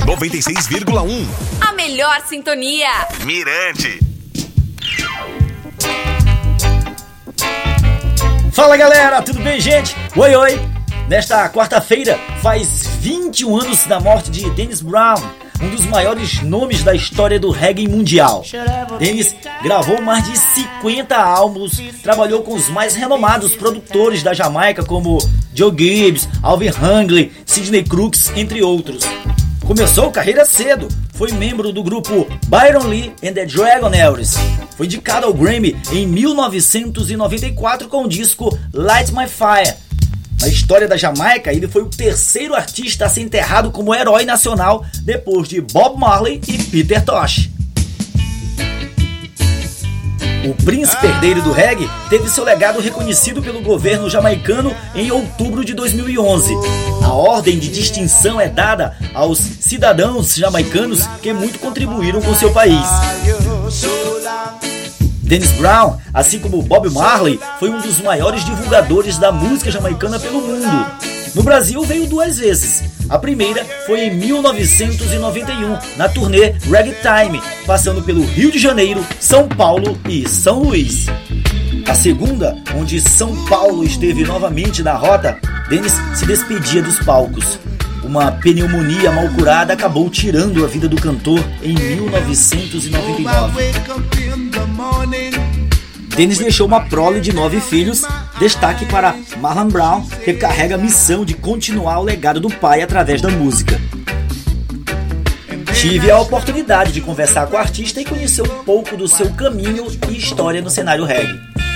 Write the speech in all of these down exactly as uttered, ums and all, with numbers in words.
noventa e seis vírgula um. A melhor sintonia. Mirante. Fala galera, tudo bem, gente? Oi, oi! Nesta quarta-feira faz vinte e um anos da morte de Dennis Brown, um dos maiores nomes da história do reggae mundial. Dennis gravou mais de cinquenta álbuns, trabalhou com os mais renomados produtores da Jamaica como Joe Gibbs, Alvin Hangley, Sidney Crooks, entre outros. Começou carreira cedo, foi membro do grupo Byron Lee and the Dragonaires. Foi indicado ao Grammy em mil novecentos e noventa e quatro com o disco Light My Fire. Na história da Jamaica, ele foi o terceiro artista a ser enterrado como herói nacional depois de Bob Marley e Peter Tosh. O príncipe herdeiro do reggae teve seu legado reconhecido pelo governo jamaicano em outubro de dois mil e onze. A ordem de distinção é dada aos cidadãos jamaicanos que muito contribuíram com seu país. Dennis Brown, assim como Bob Marley, foi um dos maiores divulgadores da música jamaicana pelo mundo. No Brasil veio duas vezes. A primeira foi em mil novecentos e noventa e um, na turnê Reggae Time, passando pelo Rio de Janeiro, São Paulo e São Luís. A segunda, onde São Paulo esteve novamente na rota, Dennis se despedia dos palcos. Uma pneumonia mal curada acabou tirando a vida do cantor em mil novecentos e noventa e nove. Dennis deixou uma prole de nove filhos, destaque para Marlon Brown, que carrega a missão de continuar o legado do pai através da música. Tive a oportunidade de conversar com o artista e conhecer um pouco do seu caminho e história no cenário reggae.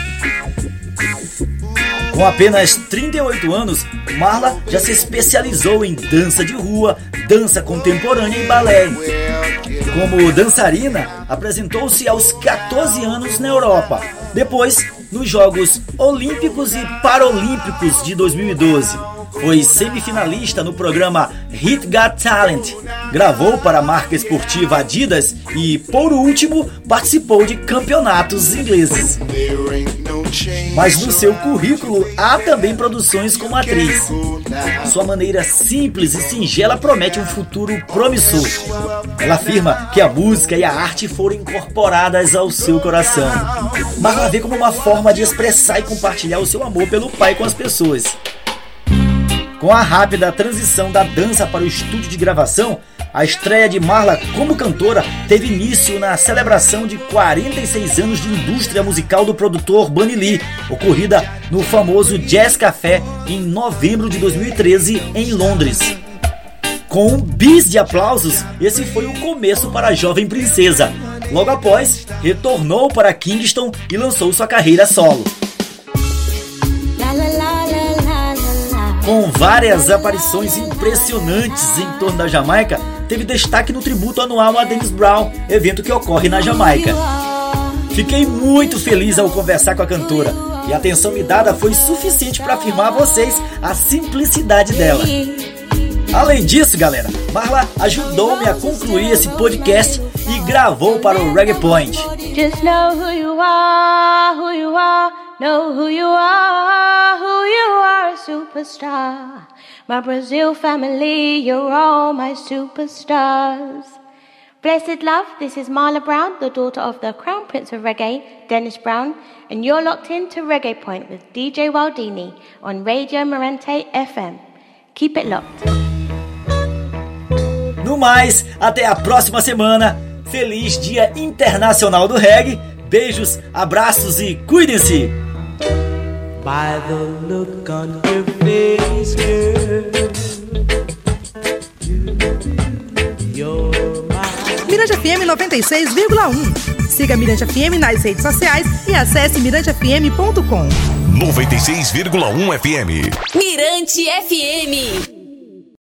Com apenas trinta e oito anos, Marla já se especializou em dança de rua, dança contemporânea e balé. Como dançarina, apresentou-se aos catorze anos na Europa. Depois, nos Jogos Olímpicos e Paralímpicos de dois mil e doze. Foi semifinalista no programa Hit Got Talent. Gravou para a marca esportiva Adidas e, por último, participou de campeonatos ingleses. Mas no seu currículo há também produções como atriz. Sua maneira simples e singela promete um futuro promissor. Ela afirma que a música e a arte foram incorporadas ao seu coração. Marla vê como uma forma de expressar e compartilhar o seu amor pelo pai com as pessoas. Com a rápida transição da dança para o estúdio de gravação, a estreia de Marla como cantora teve início na celebração de quarenta e seis anos de indústria musical do produtor Bunny Lee, ocorrida no famoso Jazz Café em novembro de dois mil e treze em Londres. Com um bis de aplausos, esse foi o começo para a jovem princesa. Logo após, retornou para Kingston e lançou sua carreira solo. Com várias aparições impressionantes em torno da Jamaica, teve destaque no tributo anual a Dennis Brown, evento que ocorre na Jamaica. Fiquei muito feliz ao conversar com a cantora, e a atenção me dada foi suficiente para afirmar a vocês a simplicidade dela. Além disso, galera, Marla ajudou-me a concluir esse podcast e gravou para o Reggae Point. Just know who you are, who you are, know who you are, who you are, a superstar. My Brazil family, you're all my superstars. Blessed love, this is Marla Brown, the daughter of the Crown Prince of Reggae, Dennis Brown, and you're locked into Reggae Point with D J Waldini on Radio Mirante F M. Keep it locked. No mais, até a próxima semana. Feliz Dia Internacional do Reggae. Beijos, abraços e cuidem-se! By the look on your face, girl, you're my... Mirante F M noventa e seis vírgula um. Siga Mirante F M nas redes sociais e acesse mirante f m ponto com. noventa e seis vírgula um F M. Mirante F M.